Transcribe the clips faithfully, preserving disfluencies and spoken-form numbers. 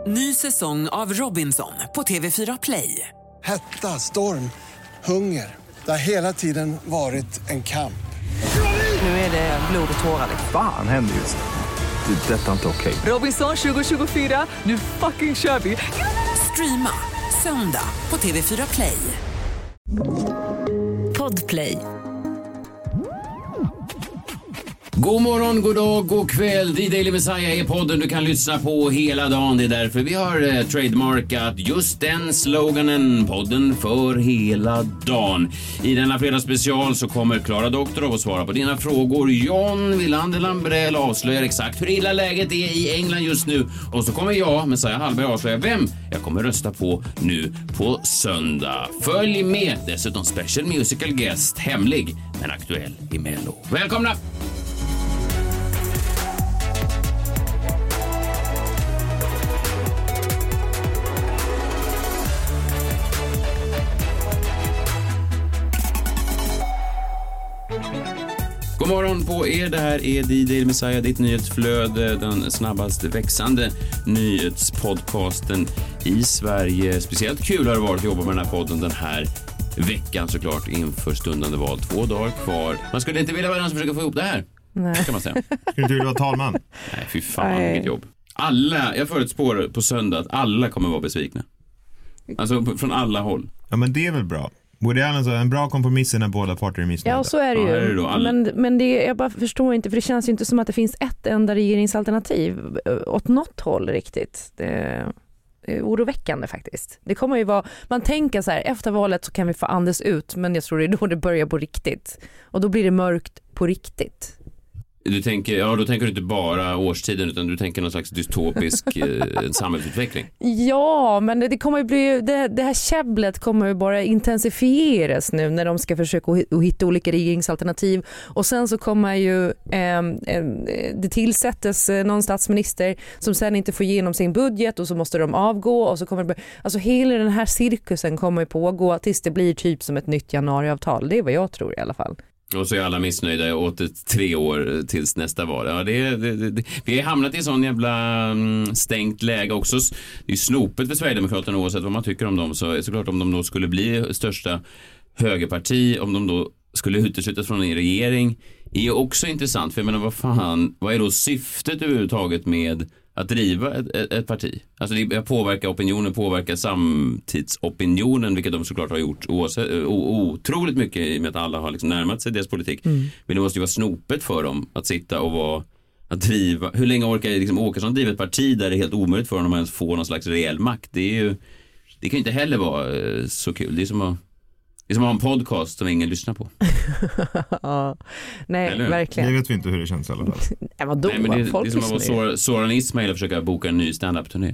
Ny säsong av Robinson på T V fyra Play. Hetta, storm, hunger. Det har hela tiden varit en kamp. Nu är det blod och tårar. Fan händer just det. Det är detta inte okej. Robinson tjugo tjugofyra, nu fucking kör vi. Streama söndag på T V fyra Play. Podplay. God morgon, god dag, god kväll. The Daily Messiah är podden du kan lyssna på hela dagen. Det är därför vi har eh, trademarkat just den sloganen, podden för hela dagen. I denna fredagsspecial så kommer Klara Doktorov att svara på dina frågor. John Wilander Lambrell avslöjar exakt hur illa läget är i England just nu. Och så kommer jag, Messiah Hallberg, avslöja vem jag kommer rösta på nu på söndag. Följ med, dessutom special musical guest, hemlig men aktuell i Mello. Välkomna! God morgon på er, det här är The Daily Messiah, ditt nyhetsflöde, den snabbast växande nyhetspodcasten i Sverige. Speciellt kul har det varit att jobba med den här podden den här veckan såklart inför stundande val. Två dagar kvar. Man skulle inte vilja vara den som försöker få ihop det här. Nej. Kan man säga. Skulle inte vilja vara talman? Nej, fy fan, vilket jobb. Alla, jag förutspår på söndag att alla kommer vara besvikna. Alltså från alla håll. Ja, men det är väl bra. Borde jag alltså en bra kompromiss när båda parter är missnöjda? Ja, så är det ju. Ja, är det då, alla... Men, men det, jag bara förstår inte, för det känns ju inte som att det finns ett enda regeringsalternativ åt något håll riktigt. Det är oroväckande faktiskt. Det kommer ju vara, man tänker så här, efter valet så kan vi få Anders ut, men jag tror det är då det börjar på riktigt. Och då blir det mörkt på riktigt. Du tänker, ja, då tänker du inte bara årstiden utan du tänker någon slags dystopisk eh, samhällsutveckling. Ja, men det, det kommer ju bli, det, det här käbblet kommer ju bara intensifieras nu när de ska försöka hitta olika regeringsalternativ. Och sen så kommer ju eh, eh, det tillsättas någon statsminister som sen inte får igenom sin budget och så måste de avgå och så kommer det, alltså hela den här cirkusen kommer ju pågå tills det blir typ som ett nytt januariavtal. Det är vad jag tror i alla fall. Och så är alla missnöjda åt ett tre år tills nästa val. Ja, det, det, det, vi har hamnat i sån jävla mm, stängt läge också. Det är snopet för Sverigedemokraterna oavsett vad man tycker om dem. Så såklart om de då skulle bli största högerparti, om de då skulle uteslutas från en regering, är ju också intressant. För jag menar, vad fan, vad är då syftet överhuvudtaget med att driva ett, ett, ett parti? Alltså det påverkar opinionen, påverkar samtidsopinionen, vilket de såklart har gjort oavsett, o, otroligt mycket i och med att alla har liksom närmat sig deras politik. Mm. Men det måste ju vara snopet för dem att sitta och vara, att driva. Hur länge orkar liksom Åkesson driva ett parti där det är helt omöjligt för honom att ens få någon slags reell makt? Det är ju, det kan ju inte heller vara så kul. Det är som att Det är som att ha en podcast som ingen lyssnar på. Ja, nej, Eller? verkligen. Det vet vi inte hur det känns i alla fall. Nej, vadå? Nej, men det, Folk det är som att vara Soran Ismail och försöka boka en ny stand-up-turné.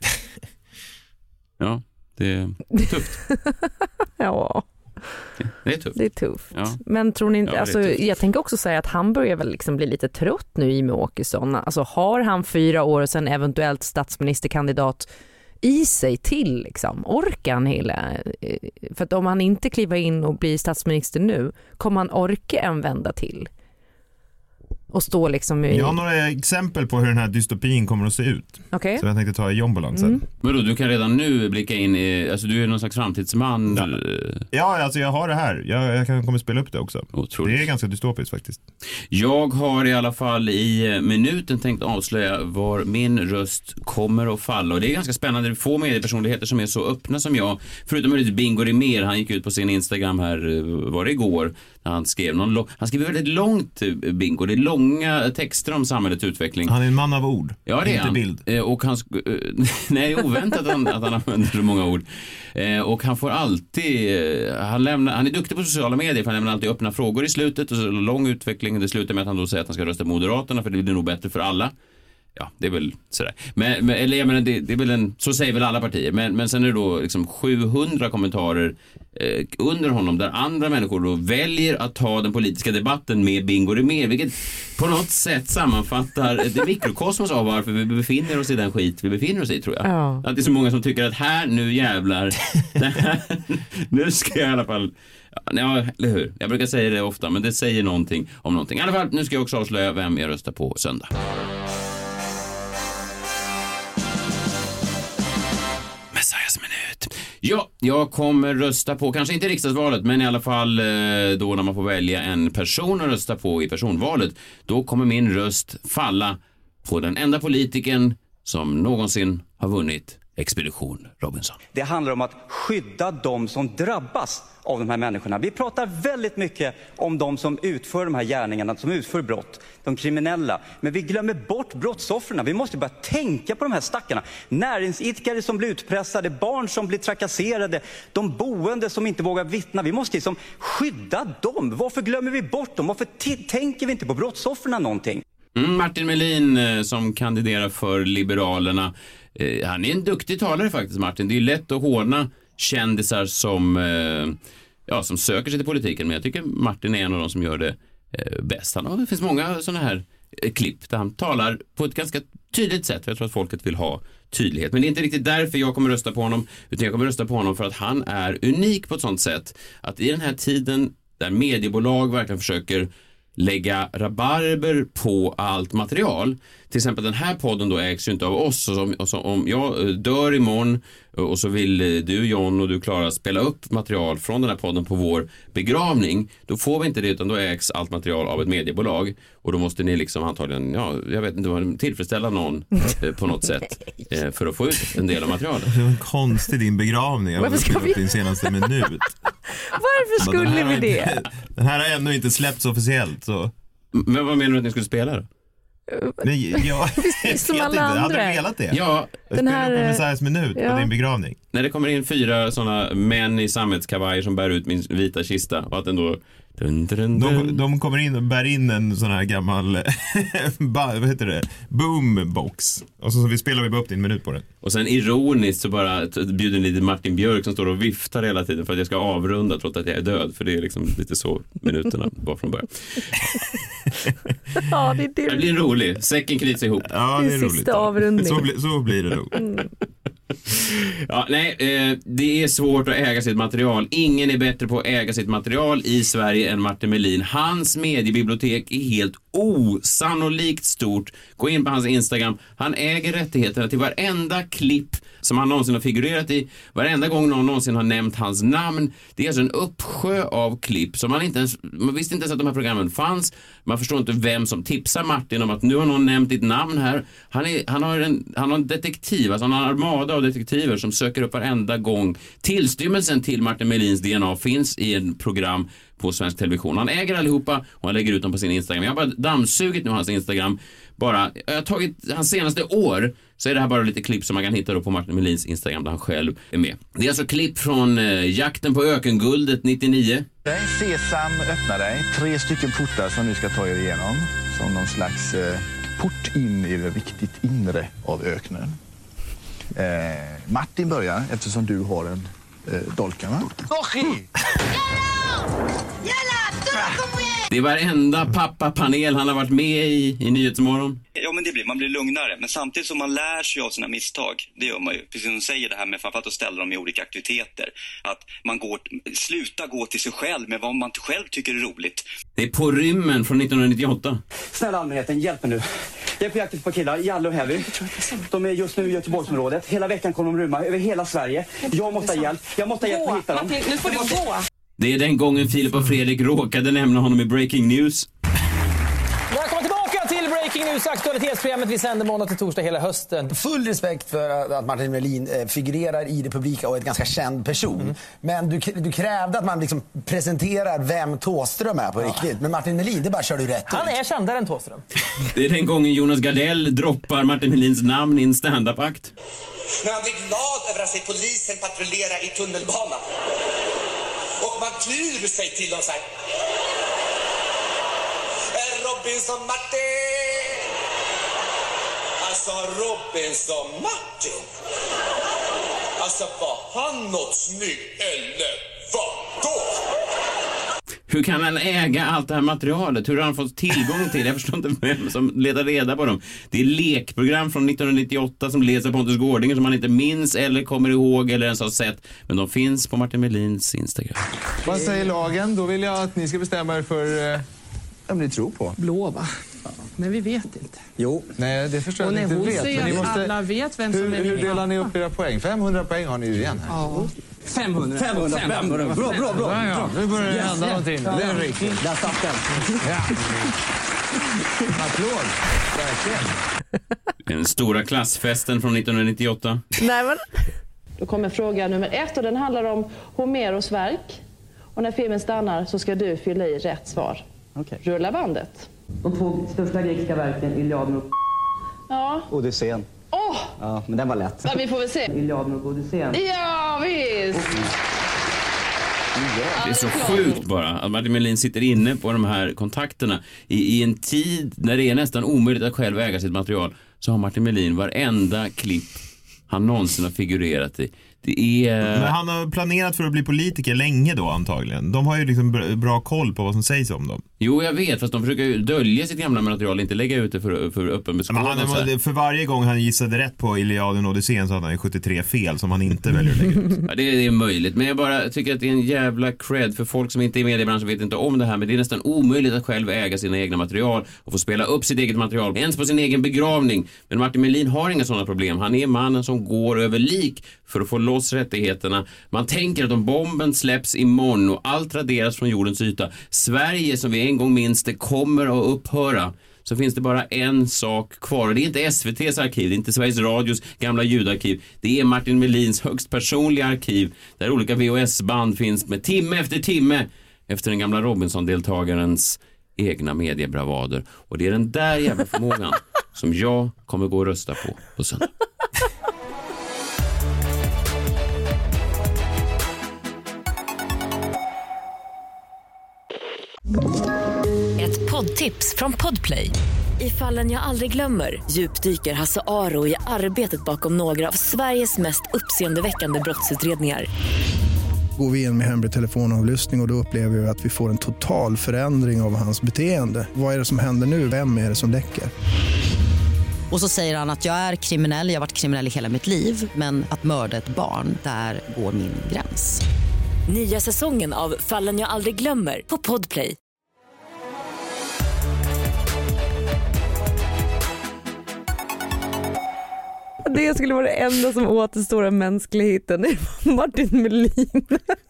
Ja, det är, det är tufft. Ja. Det, det är tufft. Det är tufft. Ja. Men tror ni inte, Ja, alltså, jag tänker också säga att han börjar väl liksom bli lite trött nu i med Åkesson. Alltså har han fyra år sedan eventuellt statsministerkandidat i sig till liksom, orkar han hela, för att om han inte kliver in och blir statsminister nu, kommer han orka en vända till och stå liksom i... Jag har några exempel på hur den här dystopin kommer att se ut. Okay. Så jag tänkte ta i jombolan sen. Mm. Men då, du kan redan nu blicka in i, alltså du är någon slags framtidsman. Ja, ja alltså jag har det här. Jag, jag kan kommer spela upp det också. Otroligt. Det är ganska dystopiskt faktiskt. Jag har i alla fall i minuten tänkt avslöja var min röst kommer att falla. Och det är ganska spännande. Få mediepersonligheter som är så öppna som jag. Förutom att Bingo Rimér, han gick ut på sin Instagram här, var det igår, när han skrev någon lång, han skrev väldigt långt, Bingo. Det är långa texter om samhällets utveckling. Han är en man av ord. Ja, det är inte han. Bild. Och han, nej, oväntat att han, att han använder så många ord. Och han får alltid, han, lämnar, han är duktig på sociala medier, för han lämnar alltid öppna frågor i slutet och så lång utveckling. Det slutar med att han då säger att han ska rösta Moderaterna för det blir nog bättre för alla. Ja, det är väl sådär. Men, men, eller jag menar, det, det är väl en, så säger väl alla partier. Men, men sen är det då liksom sjuhundra kommentarer eh, under honom där andra människor då väljer att ta den politiska debatten med Bingo Rimér, vilket på något sätt sammanfattar det mikrokosmos av varför vi befinner oss i den skit vi befinner oss i, tror jag. Ja. Att det är så många som tycker att här, nu jävlar, här, nu ska jag i alla fall... Ja, eller hur? Jag brukar säga det ofta, men det säger någonting om någonting. I alla fall, nu ska jag också avslöja vem jag röstar på söndag. Ja, jag kommer rösta på, kanske inte riksdagsvalet, men i alla fall då när man får välja en person att rösta på i personvalet, då kommer min röst falla på den enda politikern som någonsin har vunnit Expedition Robinson. Det handlar om att skydda de som drabbas av de här människorna. Vi pratar väldigt mycket om de som utför de här gärningarna, som utför brott, de kriminella. Men vi glömmer bort brottsoffren. Vi måste börja tänka på de här stackarna. Näringsidkare som blir utpressade, barn som blir trakasserade, de boende som inte vågar vittna. Vi måste liksom skydda dem. Varför glömmer vi bort dem? Varför t- tänker vi inte på brottsoffren någonting? Mm, Martin Melin eh, som kandiderar för Liberalerna. Eh, han är en duktig talare faktiskt, Martin. Det är lätt att håna kändisar som, eh, ja, som söker sig till politiken. Men jag tycker Martin är en av de som gör det eh, bäst. Han har, det finns många sådana här eh, klipp där han talar på ett ganska tydligt sätt. Jag tror att folket vill ha tydlighet. Men det är inte riktigt därför jag kommer rösta på honom. Utan jag kommer rösta på honom för att han är unik på ett sådant sätt. Att i den här tiden där mediebolag verkligen försöker lägga rabarber på allt material. Till exempel den här podden då ägs ju inte av oss. Och, som, och så, om jag dör imorgon och så vill du, John, och du, Klara, spela upp material från den här podden på vår begravning, då får vi inte det, utan då ägs allt material av ett mediebolag. Och då måste ni liksom antagligen, ja, jag vet inte, tillfredsställa någon eh, på något sätt eh, för att få ut en del av materialet. Det var en konstig din begravning. Jag Varför ska vi... din senaste minut. Varför skulle vi det? Den här har ännu inte släppts officiellt. Så. Men vad menar du att ni skulle spela då? Nej, jag Visst, som alla andra. Hade du velat det? Ja. Jag den här... upp Messiahs minut ja. På din begravning. När det kommer in fyra sådana män i sammetskavajer som bär ut min vita kista och att den då... Dun, dun, dun. De, de kommer in och bär in en sån här gammal vad heter det? Boombox. Och så, så vi spelar vi bara upp din minut på den. Och sen ironiskt så bara bjuder ni Martin Björk som står och viftar hela tiden för att jag ska avrunda trots att jag är död. För det är liksom lite så minuterna bara från början. Ja, det är det. Det blir roligt. Säcken knyts ihop. Ja, det är roligt. Sista avrundning. Så, bli, så blir det nog. Mm. Ja, nej, eh, det är svårt att äga sitt material. Ingen är bättre på att äga sitt material i Sverige än Martin Melin. Hans mediebibliotek är helt osannolikt stort. Gå in på hans Instagram. Han äger rättigheterna till varenda klipp som han någonsin har figurerat i. Varenda gång någon någonsin har nämnt hans namn. Det är alltså en uppsjö av klipp som man inte ens, man visste inte ens att de här programmen fanns. Man förstår inte vem som tipsar Martin om att nu har någon nämnt ditt namn här. Han, är, han, har, en, han har en detektiv, alltså han har en armada av detektiver som söker upp varenda gång. Tillstymmelsen till Martin Melins D N A finns i en program på svensk television. Han äger allihopa och han lägger ut dem på sin Instagram. Jag har bara dammsugit nu hans Instagram. Bara, jag har tagit hans senaste år, så är det här bara lite klipp som man kan hitta då på Martin Melins Instagram där han själv är med. Det är alltså klipp från eh, Jakten på ökenguldet nittionio. Sesam, öppna dig. Tre stycken portar som nu ska ta er igenom. Som någon slags eh, port in i det riktigt inre av öknen. Eh, Martin börjar eftersom du har en eh, dolken, va? Det är varenda pappapanel han har varit med i i Nyhetsmorgon. Ja, men det blir, man blir lugnare. Men samtidigt som man lär sig av sina misstag, det gör man ju. Precis som de säger det här med framförallt att ställa dem i olika aktiviteter. Att man går, sluta gå till sig själv med vad man själv tycker är roligt. Det är På rymmen från nittonhundranittioåtta. Snälla allmänheten, hjälp mig nu. Jag är på jakt efter killar, Jalle och Heavy. De är just nu i Göteborgsområdet. Hela veckan kommer de rymma över hela Sverige. Jag måste ha hjälp. Jag måste ha hjälp att hitta dem. Martin, nu får du gå. Det är den gången Filip och Fredrik råkade nämna honom i Breaking News. Välkommen tillbaka till Breaking News, aktualitetsprogrammet vi sänder måndag till torsdag hela hösten. Full respekt för att Martin Melin figurerar i det publika och är en ganska känd person. Mm. Men du, du krävde att man liksom presenterar vem Thåström är på ja. riktigt. Men Martin Melin, det bara kör du rätt Han ut. är kändare än Thåström. Det är den gången Jonas Gardell droppar Martin Melins namn i en stand-up-akt. Men han blir glad över att se polisen patrullera i tunnelbanan. Och man tyr sig till dem så här. Robinson Martin. Alltså Robinson Martin. Alltså var han något snygg eller vadå? Hur kan han äga allt det här materialet? Hur har han fått tillgång till det? Jag förstår inte vem som letar reda på dem. Det är lekprogram från nittonhundranittioåtta som leds av Pontus Gårdinger som man inte minns eller kommer ihåg eller ens har sett. Men de finns på Martin Melins Instagram. Vad säger lagen? Då vill jag att ni ska bestämma er för... Eh... Vem ni tror på. Blå, va? Ja. Men vi vet inte. Jo, nej det förstår jag inte vet. Men ni måste... alla vet vem hur, som är hur delar ni upp era poäng? femhundra poäng har ni ju igen här. Ja. femhundra. femhundra. femhundra. Bra, bra, bra. Ja, ja. Nu börjar det hända någonting. Det är riktigt. Där satt den. Ja. Applåd. Verkligen. Den stora klassfesten från nittonhundranittioåtta. Nej, men... Då kommer fråga nummer ett och den handlar om Homeros verk. Och när filmen stannar så ska du fylla i rätt svar. Okay. Rulla bandet. De två största grekiska verken, Iliaden och Ja. Odysseen. Åh! Ja, men den var lätt. Ja, vi får väl se. Iliaden och Odysseen. Ja, visst! Det är så sjukt bara att Martin Melin sitter inne på de här kontakterna i, i en tid när det är nästan omöjligt att själv äga sitt material, så har Martin Melin varenda klipp han någonsin har figurerat i. Det är... Men han har planerat för att bli politiker länge då antagligen. De har ju liksom bra koll på vad som sägs om dem. Jo, jag vet, fast de försöker ju dölja sitt gamla material, inte lägga ut det för, för öppen beskådan. För varje gång han gissade rätt på Iliaden och Odysseen så hade han ju sjuttiotre fel som han inte väljer att lägga ut. Ja, det, det är möjligt, men jag bara tycker att det är en jävla cred för folk som inte är i mediebranschen, vet inte om det här, men det är nästan omöjligt att själv äga sina egna material och få spela upp sitt eget material, ens på sin egen begravning. Men Martin Melin har inga sådana problem. Han är mannen som går över lik för att få loss rättigheterna. Man tänker att om bomben släpps imorgon och allt raderas från jordens yta, Sverige som vi en gång minns det kommer att upphöra, så finns det bara en sak kvar. Och det är inte S V T:s arkiv, det är inte Sveriges Radios gamla ljudarkiv. Det är Martin Melins högst personliga arkiv där olika V H S-band finns med timme efter timme efter den gamla Robinson-deltagarens egna mediebravader. Och det är den där jävla förmågan som jag kommer gå och rösta på på söndag. Ett poddtips från Podplay. I Fallen jag aldrig glömmer djupdyker Hasse Aro i arbetet bakom några av Sveriges mest uppseendeväckande brottsutredningar. Går vi in med hemlig telefonavlyssning och, och då upplever vi att vi får en total förändring av hans beteende. Vad är det som händer nu? Vem är det som läcker? Och så säger han att jag är kriminell, jag har varit kriminell i hela mitt liv, men att mörda ett barn, där går min gräns. Nya säsongen av Fallen jag aldrig glömmer på Podplay. Det skulle vara det enda som återstår av mänskligheten. Det är Martin Melin.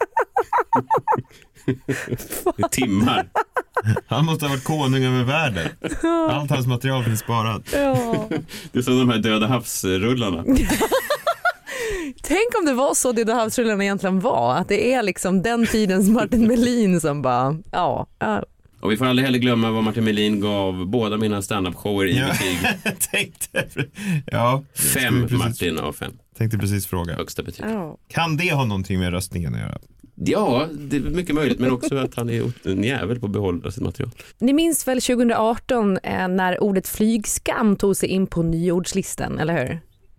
Timmar. Han måste ha varit konung över världen. Allt hans material finns sparat. Ja. Det är som de här Döda havsrullarna. Tänk om det var så Döda havsrullarna egentligen var. Att det är liksom den tidens Martin Melin som bara, ja, ja. Och vi får aldrig heller glömma vad Martin Melin gav båda mina stand-up-shower i ja, betyg. tänkte, ja, fem precis, Martin av fem. Tänkte precis fråga. Högsta betyg. Oh. Kan det ha någonting med röstningen att göra? Ja, det är mycket möjligt, men också att han är en jävel på att behålla sitt material. Ni minns väl tjugo arton när ordet flygskam tog sig in på nyordslistan, eller hur?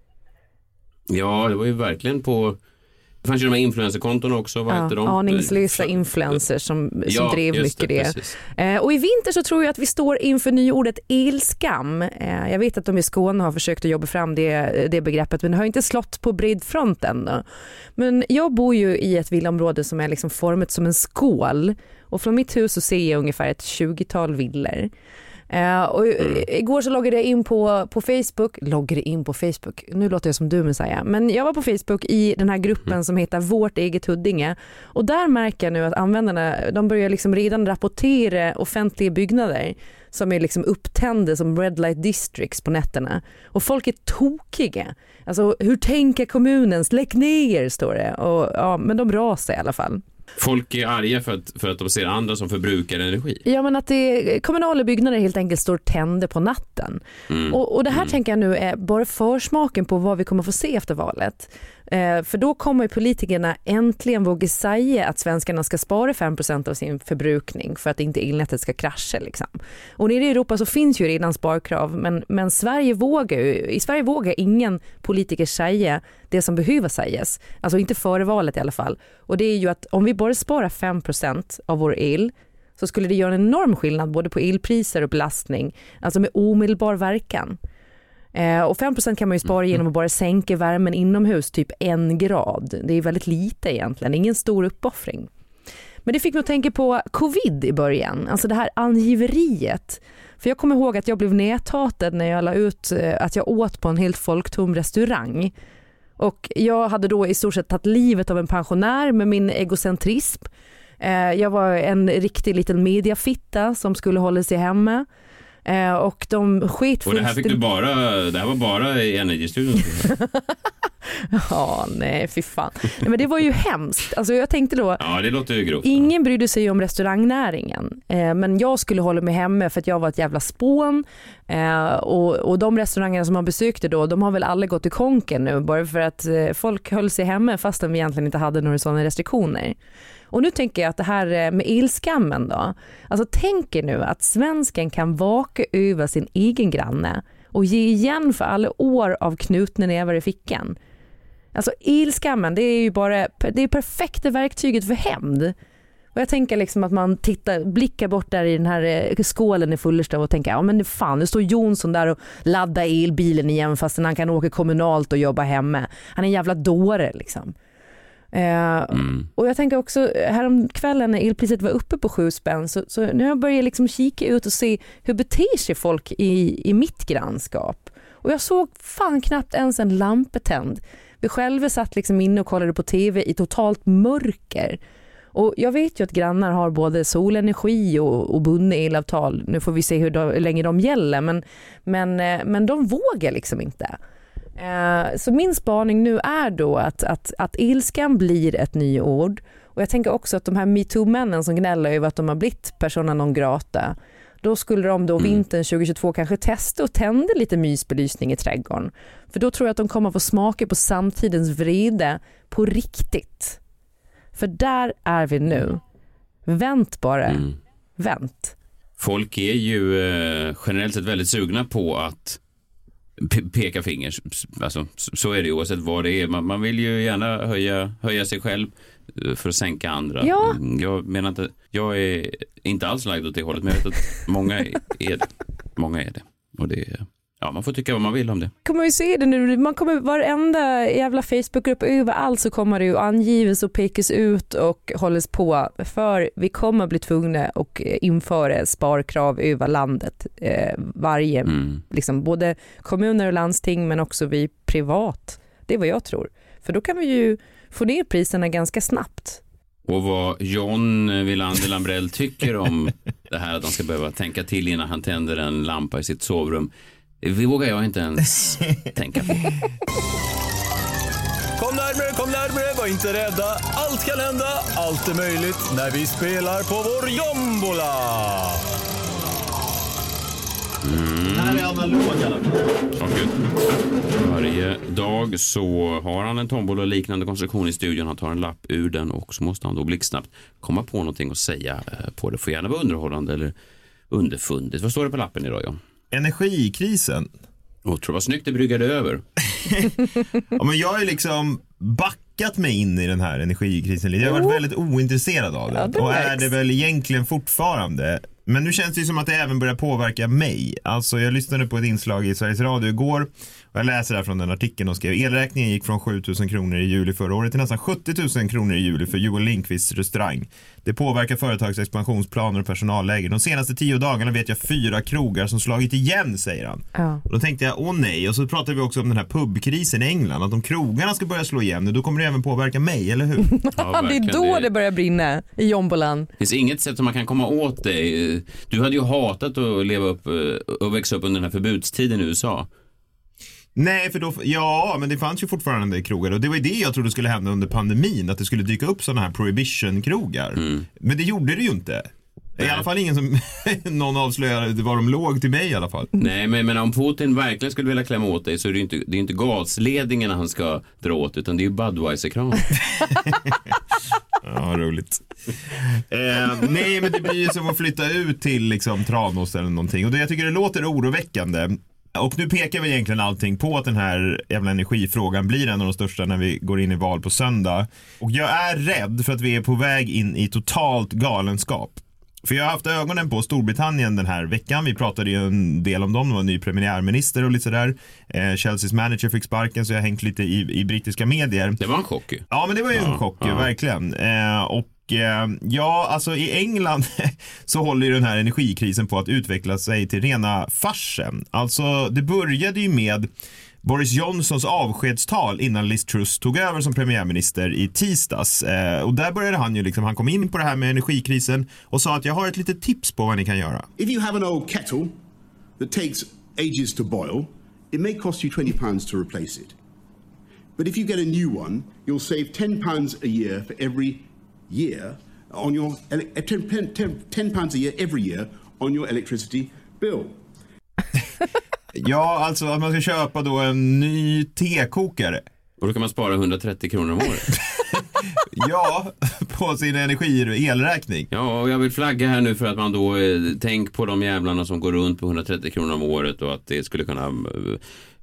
Ja, det var ju verkligen på... Det fanns ju de här influencerkontorna också, vad ja, heter de? Aningslösa influencers som, som ja, drev mycket det. det. Eh, och i vinter så tror jag att vi står inför nyordet ilskam. Eh, jag vet att de i Skåne har försökt att jobba fram det, det begreppet, men det har inte slått på bred front än. Men jag bor ju i ett villaområde som är liksom format som en skål. Och från mitt hus så ser jag ungefär ett tjugotal villor. Uh, och mm. igår så loggade jag in på, på Facebook loggade in på Facebook nu låter jag som du Messiah, men jag var på Facebook i den här gruppen mm. som heter Vårt eget Huddinge, och där märker jag nu att användarna, de börjar liksom redan rapportera offentliga byggnader som är liksom upptända som red light districts på nätterna, och folk är tokiga. Alltså, hur tänker kommunen? Släck ner, står det. Och, ja, men de rasar i alla fall. Folk är arga för att, för att de ser andra som förbrukar energi. Ja, men att det, kommunala byggnader helt enkelt står tända på natten. Mm. Och, och det här mm. tänker jag nu är bara försmaken på vad vi kommer få se efter valet. Eh, för då kommer politikerna äntligen våga säga att svenskarna ska spara fem procent av sin förbrukning för att inte elnätet ska krascha. Liksom. Och nere i Europa så finns ju redan sparkrav, men, men Sverige vågar ju, i Sverige vågar ingen politiker säga det som behöver sägas. Alltså inte före valet i alla fall. Och det är ju att om vi bara sparar fem procent av vår el så skulle det göra en enorm skillnad både på elpriser och belastning. Alltså med omedelbar verkan. Eh, och fem procent kan man ju spara genom att bara sänka värmen inomhus typ en grad. Det är väldigt lite egentligen, ingen stor uppoffring. Men det fick mig att tänka på covid i början. Alltså det här angiveriet. För jag kommer ihåg att jag blev nedhatad när jag la ut att jag åt på en helt folktom restaurang. Och jag hade då i stort sett tagit livet av en pensionär med min egocentrism. Jag var en riktig liten mediafitta som skulle hålla sig hemma. Och de skit Och det här fick du bara, det här var bara i Energy-studion. Ja, nej, fy fan. Nej, men det var ju hemskt. Alltså jag tänkte då... Ja, det låter ju grovt. Ingen brydde sig om restaurangnäringen. Eh, men jag skulle hålla mig hemma för att jag var ett jävla spån. Eh, och, och de restaurangerna som man besökte då, de har väl alla gått i konken nu. Bara för att eh, folk höll sig hemma fastän vi egentligen inte hade några sådana restriktioner. Och nu tänker jag att det här med ilskammen då. Alltså tänk er nu att svensken kan vaka över sin egen granne och ge igen för alla år av knutna nävar i fickan. Alltså ilskammen, det är ju bara det är perfekta verktyget för hämnd. Och jag tänker liksom att man tittar, blickar bort där i den här skålen i Fullersta och tänker, ja men fan, det står Jonsson där och laddar elbilen igen fast han kan åka kommunalt och jobba hemma. Han är en jävla dåre liksom. Mm. Och jag tänker också härom kvällen när elpriset var uppe på sju spänn så, så nu har jag börjat liksom kika ut och se hur beter sig folk i, i mitt grannskap. Och jag såg fan knappt ens en lampetänd. Vi själva satt liksom inne och kollade på tv i totalt mörker. Och jag vet ju att grannar har både solenergi och, och bundna elavtal. Nu får vi se hur, de, hur länge de gäller. Men, men, men de vågar liksom inte. Så min spaning nu är då att, att, att ilskan blir ett nyord. Och jag tänker också att de här MeToo-männen som gnäller över att de har blivit persona non grata, då skulle de då vintern tjugohundratjugotvå kanske testa och tända lite mysbelysning i trädgården. För då tror jag att de kommer att få smaka på samtidens vrede på riktigt. För där är vi nu. Vänt bara. Mm. Vänt. Folk är ju eh, generellt sett väldigt sugna på att peka finger, alltså, så är det oavsett vad det är. Man, man vill ju gärna höja, höja sig själv för att sänka andra. Ja. Jag menar inte, jag är inte alls lagd åt det hållet, men jag vet att många är det. Många är det. Och det är, ja, man får tycka vad man vill om det. Kommer ju se det nu, man kommer varenda jävla Facebookgrupp överallt så kommer det ju angives och pekas ut och hålles på, för vi kommer bli tvungna att införa sparkrav över landet eh, varje, mm. liksom både kommuner och landsting men också vi privat. Det är vad jag tror. För då kan vi ju få ner priserna ganska snabbt. Och vad John Wilander Lambrell tycker om det här att de ska behöva tänka till innan han tänder en lampa i sitt sovrum, det vågar jag inte ens tänka på. Kom närmare, kom närmare, var inte rädda. Allt kan hända, allt är möjligt när vi spelar på vår jombola. Mm. Här är analog alla. Okay. Varje dag så har han en tombola och liknande konstruktion i studion. Han tar en lapp ur den och så måste han då blixtsnabbt komma på någonting och säga på det. Får gärna vara underhållande eller underfundigt. Vad står det på lappen idag, John? Energikrisen. Jag tror vad snyggt det bryggade över. Ja, men jag har ju liksom backat mig in i den här energikrisen. Jag har varit väldigt ointresserad av den. Ja, och är det väl egentligen fortfarande. Men nu känns det ju som att det även börjar påverka mig. Alltså jag lyssnade på ett inslag i Sveriges Radio igår och jag läser där från den artikeln och skrev: elräkningen gick från sju tusen kronor i juli förra året till nästan sjuttio tusen kronor i juli för Joel Lindqvists restaurang. Det påverkar företags expansionsplaner och personalläge. De senaste tio dagarna vet jag fyra krogar som slagit igen, säger han. Ja. Och då tänkte jag, åh nej. Och så pratade vi också om den här pubkrisen i England. Att om krogarna ska börja slå igen, då kommer det även påverka mig, eller hur? Ja, det är då det börjar brinna i jombolan. Det finns inget sätt som man kan komma åt dig. Du hade ju hatat att leva upp och växa upp under den här förbudstiden i U S A. Nej, för då, ja, men det fanns ju fortfarande krogar och det var det jag trodde skulle hända under pandemin, att det skulle dyka upp sådana här prohibition-krogar. Mm. Men det gjorde det ju inte. Nej. I alla fall ingen som någon avslöjade var de låg till mig i alla fall. Nej, men, men om Putin verkligen skulle vilja klämma åt dig så är det ju inte, det är inte gasledningarna han ska dra åt, utan det är ju Budweiser-kran. Ja, roligt. Eh, nej, men det blir ju som att flytta ut till liksom Tranås eller någonting. Och det, jag tycker det låter oroväckande. Och nu pekar vi egentligen allting på att den här jävla energifrågan blir en av de största när vi går in i val på söndag. Och jag är rädd för att vi är på väg in i totalt galenskap. För jag har haft ögonen på Storbritannien den här veckan. Vi pratade ju en del om dem. Det var en ny premiärminister och lite sådär. Eh, Chelseas manager fick sparken, så jag har hängt lite i, i brittiska medier. Det var en chock. Ja, men det var ju ja, en chock, ja. Verkligen. Eh, och ja, alltså i England så håller ju den här energikrisen på att utveckla sig till rena farsen. Alltså det började ju med Boris Johnsons avskedstal innan Liz Truss tog över som premiärminister i tisdags. Eh, och där började han ju liksom, han kom in på det här med energikrisen och sa att jag har ett litet tips på vad ni kan göra. If you have an old kettle that takes ages to boil, it may cost you twenty pounds to replace it. But if you get a new one, you'll save ten pounds a year for every year on your ten pounds a year every year on your electricity bill. Ja, alltså att man ska köpa då en ny tekokare. Och då kan man spara hundratrettio kronor om året. Ja, på sin energi- och elräkning. Ja, och jag vill flagga här nu för att man då eh, tänk på de jävlarna som går runt på hundratrettio kronor om året och att det skulle kunna... Eh,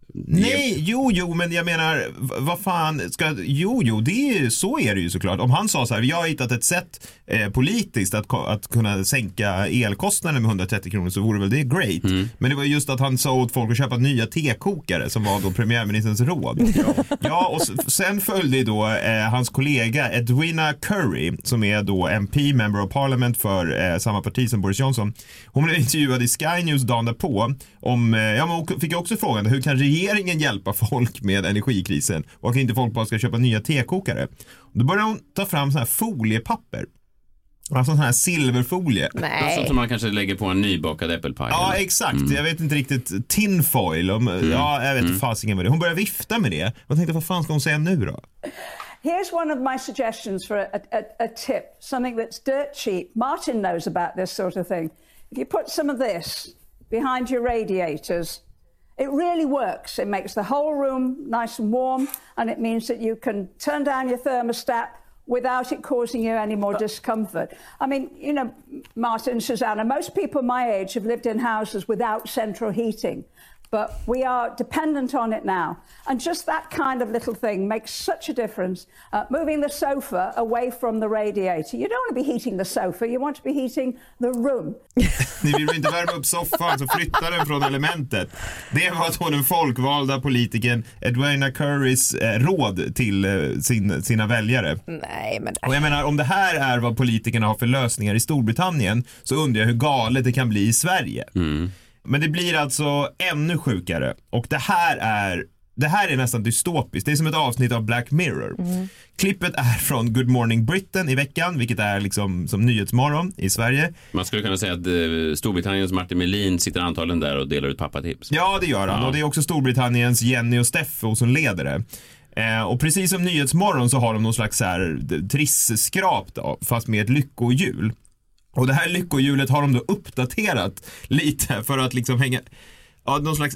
Nej, jo, jo, men jag menar, v- vad fan ska, jo, jo, det är ju, så är det ju såklart. Om han sa så här, jag har hittat ett sätt eh, politiskt att, att kunna sänka elkostnaden med hundratrettio kronor, så vore väl det great. Mm. Men det var just att han sa åt folk att köpa nya tekokare som var då premiärministerns råd. Ja, ja och s- sen följde då eh, hans kollega Edwina Curry, som är då M P, Member of Parliament för eh, samma parti som Boris Johnson. Hon blev intervjuad i Sky News dagen därpå om, eh, ja, men hon fick också frågan, hur kan regeringen hjälpa folk med energikrisen och att inte folk bara ska köpa nya tekokare. Då börjar hon ta fram sån här foliepapper. Alltså sån här silverfolie. Nej. Sånt som man kanske lägger på en nybakad äppelpaj. Ja, exakt. Mm. Jag vet inte riktigt. Tinfoil. Om, mm. Ja, jag vet inte mm. fasiken med det. Hon börjar vifta med det. Jag tänkte, vad fan ska hon säga nu då? Here's one of my suggestions for a, a, a tip. Something that's dirt cheap. Martin knows about this sort of thing. If you put some of this behind your radiators, it really works. It makes the whole room nice and warm, and it means that you can turn down your thermostat without it causing you any more discomfort. I mean, you know, Martin and Susanna, most people my age have lived in houses without central heating. But we are dependent on it now. And just that kind of little thing makes such a difference. Uh, moving the sofa away from the radiator. You don't want to be heating the sofa, you want to be heating the room. Ni vill inte värma upp soffan, så flytta den från elementet. Det var att hon den folkvalda politikern Edwina Currys eh, råd till eh, sin, sina väljare. Nej, men... Och jag menar, om det här är vad politikerna har för lösningar i Storbritannien, så undrar jag hur galet det kan bli i Sverige. Mm. Men det blir alltså ännu sjukare. Och det här är det här är nästan dystopiskt. Det är som ett avsnitt av Black Mirror. Mm. Klippet är från Good Morning Britain i veckan, vilket är liksom som Nyhetsmorgon i Sverige. Man skulle kunna säga att eh, Storbritanniens Martin Melin sitter antagligen där och delar ut pappatips. Ja, det gör han. Ja. Och det är också Storbritanniens Jenny och Steffo som leder det. Eh, och precis som Nyhetsmorgon så har de någon slags så här trisskrap då, fast med ett lyckohjul. Och det här lyckohjulet har de då uppdaterat lite för att liksom hänga... Ja, någon slags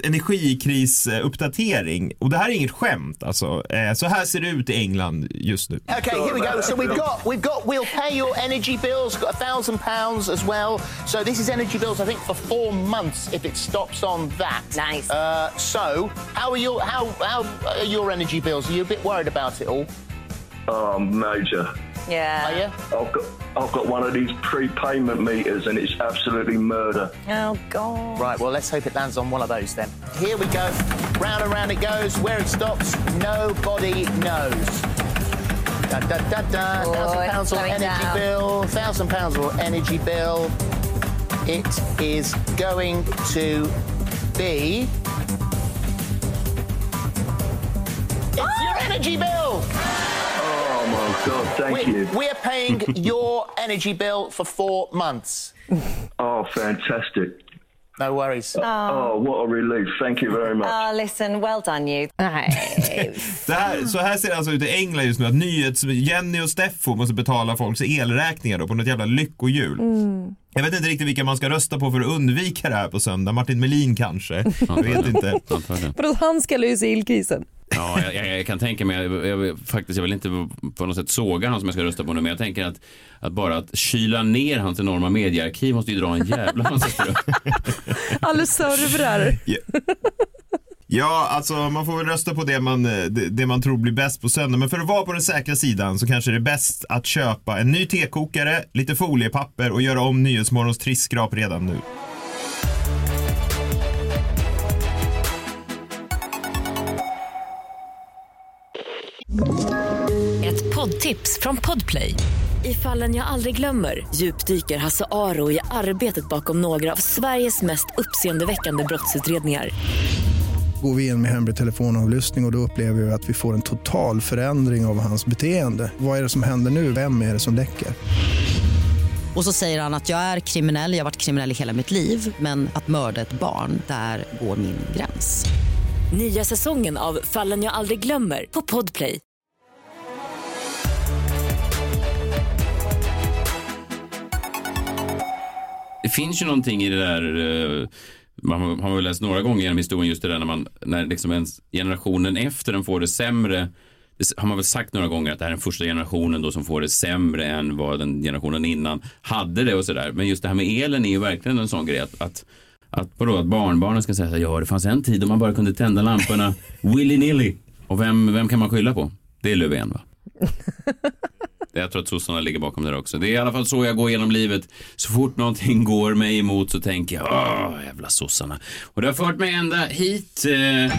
energikrisuppdatering. Och det här är inget skämt alltså. Eh, så här ser det ut i England just nu. Okay, here we go. So we've got we've got we'll pay your energy bills, got a thousand pounds as well. So this is energy bills I think for four months if it stops on that. Nice. Uh, so how are your how how are your energy bills? Are you a bit worried about it all? Oh, major. Yeah. Are you? I've got I've got one of these prepayment meters and it's absolutely murder. Oh God. Right, well let's hope it lands on one of those then. Here we go. Round and round it goes. Where it stops, nobody knows. Da da da da. Oh, thousand pounds on energy down. bill. Thousand pounds on energy bill. It is going to be. It's oh! your energy bill. Oh my God, thank we're, you. We're paying your energy bill for four months. Oh, fantastic. No worries. Oh, oh what a relief. Thank you very much. Oh, listen, well done you. Nej. Det här, så här ser det alltså ut i England just nu, att nyhets Jenny och Steffo måste betala folks elräkningar då på något jävla lyckohjul. Mm. Jag vet inte riktigt vilka man ska rösta på för att undvika det här på söndag. Martin Melin kanske. Jag vet inte. För att han ska lösa elkrisen. Ja, jag, jag, jag kan tänka mig, jag, jag, faktiskt, jag vill inte på något sätt såga han som jag ska rösta på nu, men jag tänker att, att bara att kyla ner hans enorma mediearkiv måste ju dra en jävla massa ström. Alla servrar. Ja. Ja, alltså man får väl rösta på det man, det, det man tror blir bäst på söndag. Men för att vara på den säkra sidan så kanske det är bäst att köpa en ny tekokare, lite foliepapper och göra om Nyhetsmorgons trisskrap redan nu. Ett poddtips från Podplay. I Fallen jag aldrig glömmer djupdyker Hasse Aro i arbetet bakom några av Sveriges mest uppseendeväckande brottsutredningar. Går vi in med hemlig telefonavlyssning och, och då upplever vi att vi får en total förändring av hans beteende. Vad är det som händer nu? Vem är det som läcker? Och så säger han att jag är kriminell, jag har varit kriminell i hela mitt liv. Men att mörda ett barn, där går min gräns. Nya säsongen av Fallen jag aldrig glömmer på Podplay. Det finns ju någonting i det där, man har väl läst några gånger genom historien just det där när man, när liksom ens generationen efter den får det sämre, det har man väl sagt några gånger att det här är den första generationen då som får det sämre än vad den generationen innan hade det och sådär. Men just det här med elen är ju verkligen en sån grej att, att, att, vadå, att barnbarnen ska säga så här, ja det fanns en tid då man bara kunde tända lamporna willy-nilly. Och vem, vem kan man skylla på? Det är Löfven, va? Jag tror att sossarna ligger bakom det också. Det är i alla fall så jag går genom livet. Så fort någonting går mig emot så tänker jag, åh, jävla sossarna. Och det har fört mig ända hit. Eh...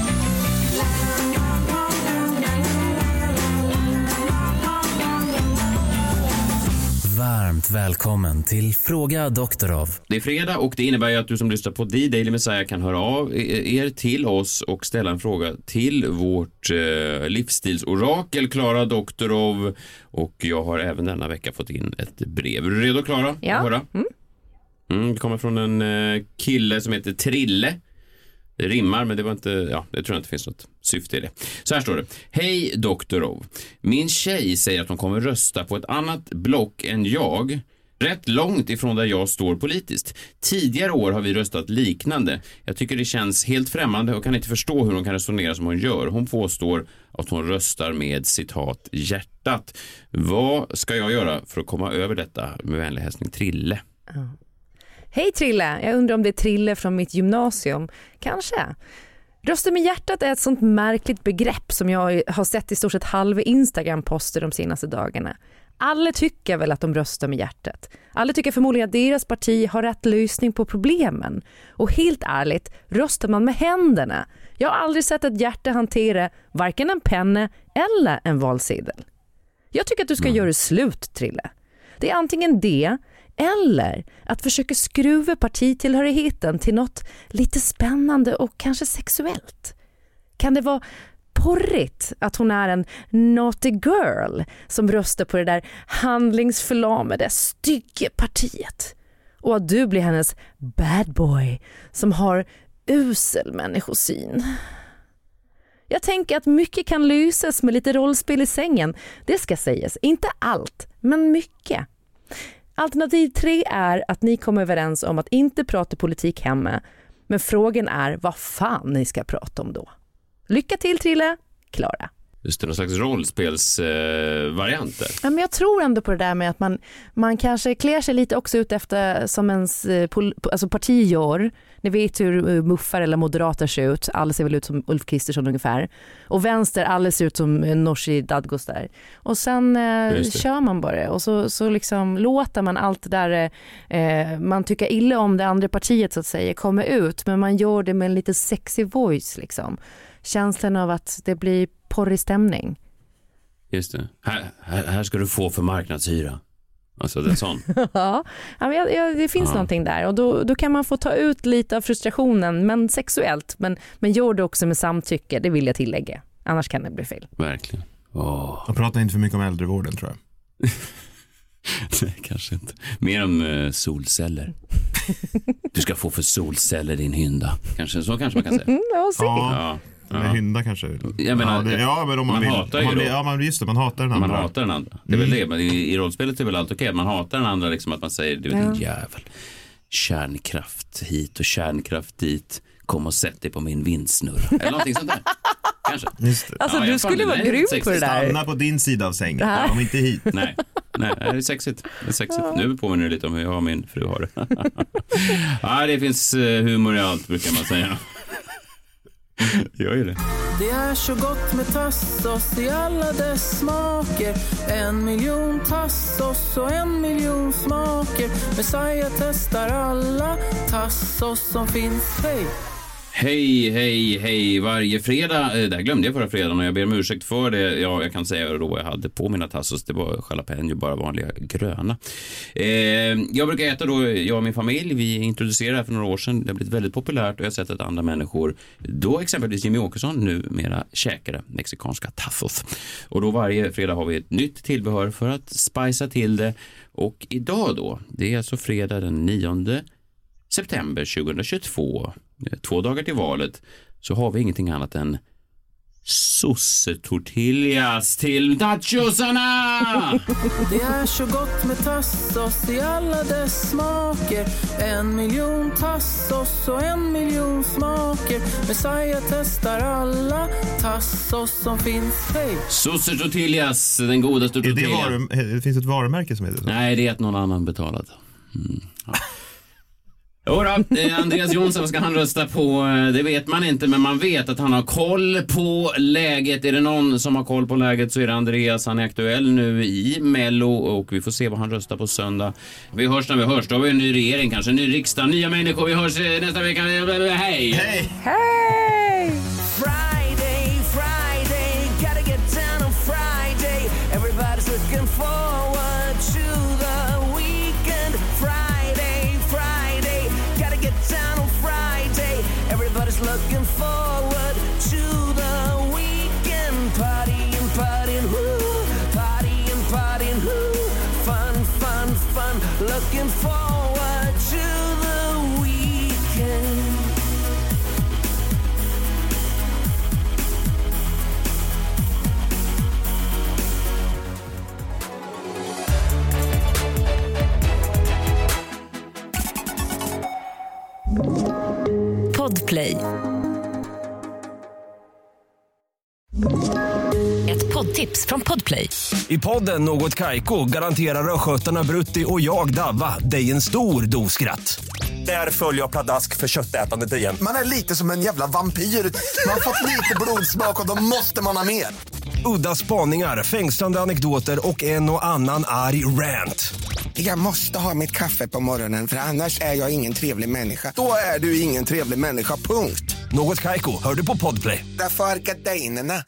Varmt välkommen till Fråga Doktorov. Det är fredag och det innebär ju att du som lyssnar på The Daily Messiah kan höra av er till oss och ställa en fråga till vårt eh, livsstilsorakel Klara Doktorov. Och jag har även denna vecka fått in ett brev. Är du redo, Klara? Ja. Att höra? Mm. Mm, det kommer från en eh, kille som heter Trille. Det rimmar, men det var inte, ja, det tror jag inte finns något syfte i det. Så här står det. Hej Doktorov. Min tjej säger att hon kommer rösta på ett annat block än jag. Rätt långt ifrån där jag står politiskt. Tidigare år har vi röstat liknande. Jag tycker det känns helt främmande och kan inte förstå hur hon kan resonera som hon gör. Hon påstår att hon röstar med citat hjärtat. Vad ska jag göra för att komma över detta? Med vänlig hälsning Trille. Ja. Hej Trille, jag undrar om det är Trille från mitt gymnasium. Kanske. Rösta med hjärtat är ett sånt märkligt begrepp som jag har sett i stort sett halva Instagram-poster de senaste dagarna. Alla tycker väl att de röstar med hjärtat. Alla tycker förmodligen att deras parti har rätt lösning på problemen. Och helt ärligt, röstar man med händerna. Jag har aldrig sett ett hjärta hantera varken en penna eller en valsedel. Jag tycker att du ska mm. göra slut, Trille. Det är antingen det eller att försöka skruva partitillhörigheten till något lite spännande och kanske sexuellt. Kan det vara porrigt att hon är en naughty girl som röstar på det där handlingsförlamade, stygga partiet? Och att du blir hennes bad boy som har usel människosyn. Jag tänker att mycket kan lösas med lite rollspel i sängen. Det ska sägas. Inte allt, men mycket. Alternativ tre är att ni kommer överens om att inte prata politik hemma. Men frågan är vad fan ni ska prata om då. Lycka till, Trille. Klara. Just det, någon slags rollspelsvarianter. Eh, ja, men jag tror ändå på det där med att man, man kanske klär sig lite också ut efter som ens pol, alltså parti gör. Ni vet hur muffar eller moderater ser ut. Alla ser väl ut som Ulf Kristersson ungefär. Och vänster, alla ser ut som Nooshi Dadgostar. Och sen eh, kör man bara. Och så, så liksom låter man allt det där eh, man tycker illa om det andra partiet så att säga komma ut. Men man gör det med en lite sexy voice liksom. Känslan av att det blir porrig stämning. Just det. Här, här, här ska du få för marknadshyra. Alltså det är sån. Ja, ja, ja, det finns ja. någonting där. Och då, då kan man få ta ut lite av frustrationen, men sexuellt. Men, men gör det också med samtycke, det vill jag tillägga. Annars kan det bli fel. Verkligen. Oh. Jag pratar inte för mycket om äldrevården, tror jag. Nej, kanske inte. Mer om uh, solceller. Du ska få för solceller din hynda. Kanske, så kanske man kan säga. Ja, säkert. Ja. Med ja. hynda kanske. Jag menar, ja, det, ja, men om man, man vill. hatar ju man, ja, man, just det, man hatar den andra. Man hatar den andra. Det är väl mm. det, men i, i rollspelet är väl allt okej. Man hatar den andra liksom att man säger, du är ja. en jävel. Kärnkraft hit och kärnkraft dit. Kom och sätt dig på min vindsnurra. Eller någonting sånt där. Kanske. Just det. Alltså ja, du skulle vara grym på det där. Stanna på din sida av sängen. Ja. Om inte hit. Nej, nej, det är sexigt. Det är sexigt. Ja. Nu påminner det lite om hur jag och min fru har det. Ja, det finns humor i allt, brukar man säga. Gör ju det. Det är så gott med tassos i alla dess smaker. En miljon tassos och en miljon smaker. Messiah testar alla tassos som finns. Hej! Hej, hej, hej. Varje fredag, eh, där glömde jag förra fredagen och jag ber om ursäkt för det. Ja, jag kan säga då jag hade på mina tassos, det var jalapeno, bara vanliga gröna. Eh, jag brukar äta då, jag och min familj, vi introducerade det här för några år sedan. Det har blivit väldigt populärt och jag har sett att andra människor, då exempelvis Jimmy Åkesson, numera käkade mexikanska tacos. Och då varje fredag har vi ett nytt tillbehör för att spicea till det. Och idag då, det är alltså fredag den nionde september tjugohundratjugotvå, två dagar till valet, så har vi ingenting annat än sossetortillas till nachosarna! Det är så gott med tassos i alla dess smaker. En miljon tassos och en miljon smaker. Messiah testar alla tassos som finns. Hej! Sossetortillas, den godaste tortilla. Är det varum- det finns ett varumärke som heter så? Nej, det är att någon annan betalat. Mm. Ja. Jodå, Andreas Jonsson ska han rösta på, det vet man inte, men man vet att han har koll på läget. Är det någon som har koll på läget så är det Andreas. Han är aktuell nu i Mello och vi får se vad han röstar på söndag. Vi hörs när vi hörs, då har vi en ny regering, kanske en ny riksdag, nya människor. Vi hörs nästa vecka. Hej! Hej! Hej! Friday, Friday, gotta get down on Friday. Everybody's looking forward to the weekend. Friday, Friday, gotta get down on Friday. Everybody's looking forward to the weekend. Partying, partying, woo. Partying, partying, woo. Fun, fun, fun. Looking forward to the weekend. Podplay. Ett poddtips från Podplay. I podden Något Kaiko garanterar röskötarna Brutti och jag Davva dig en stor dos skratt. Där följer jag pladask för köttätandet igen. Man är lite som en jävla vampyr. Man har fått lite blodsmak och då måste man ha mer. Udda spaningar, fängslande anekdoter och en och annan arg rant. Jag måste ha mitt kaffe på morgonen för annars är jag ingen trevlig människa. Då är du ingen trevlig människa, punkt. Något Kaiko, hör du på Podplay. Därför är gardinerna.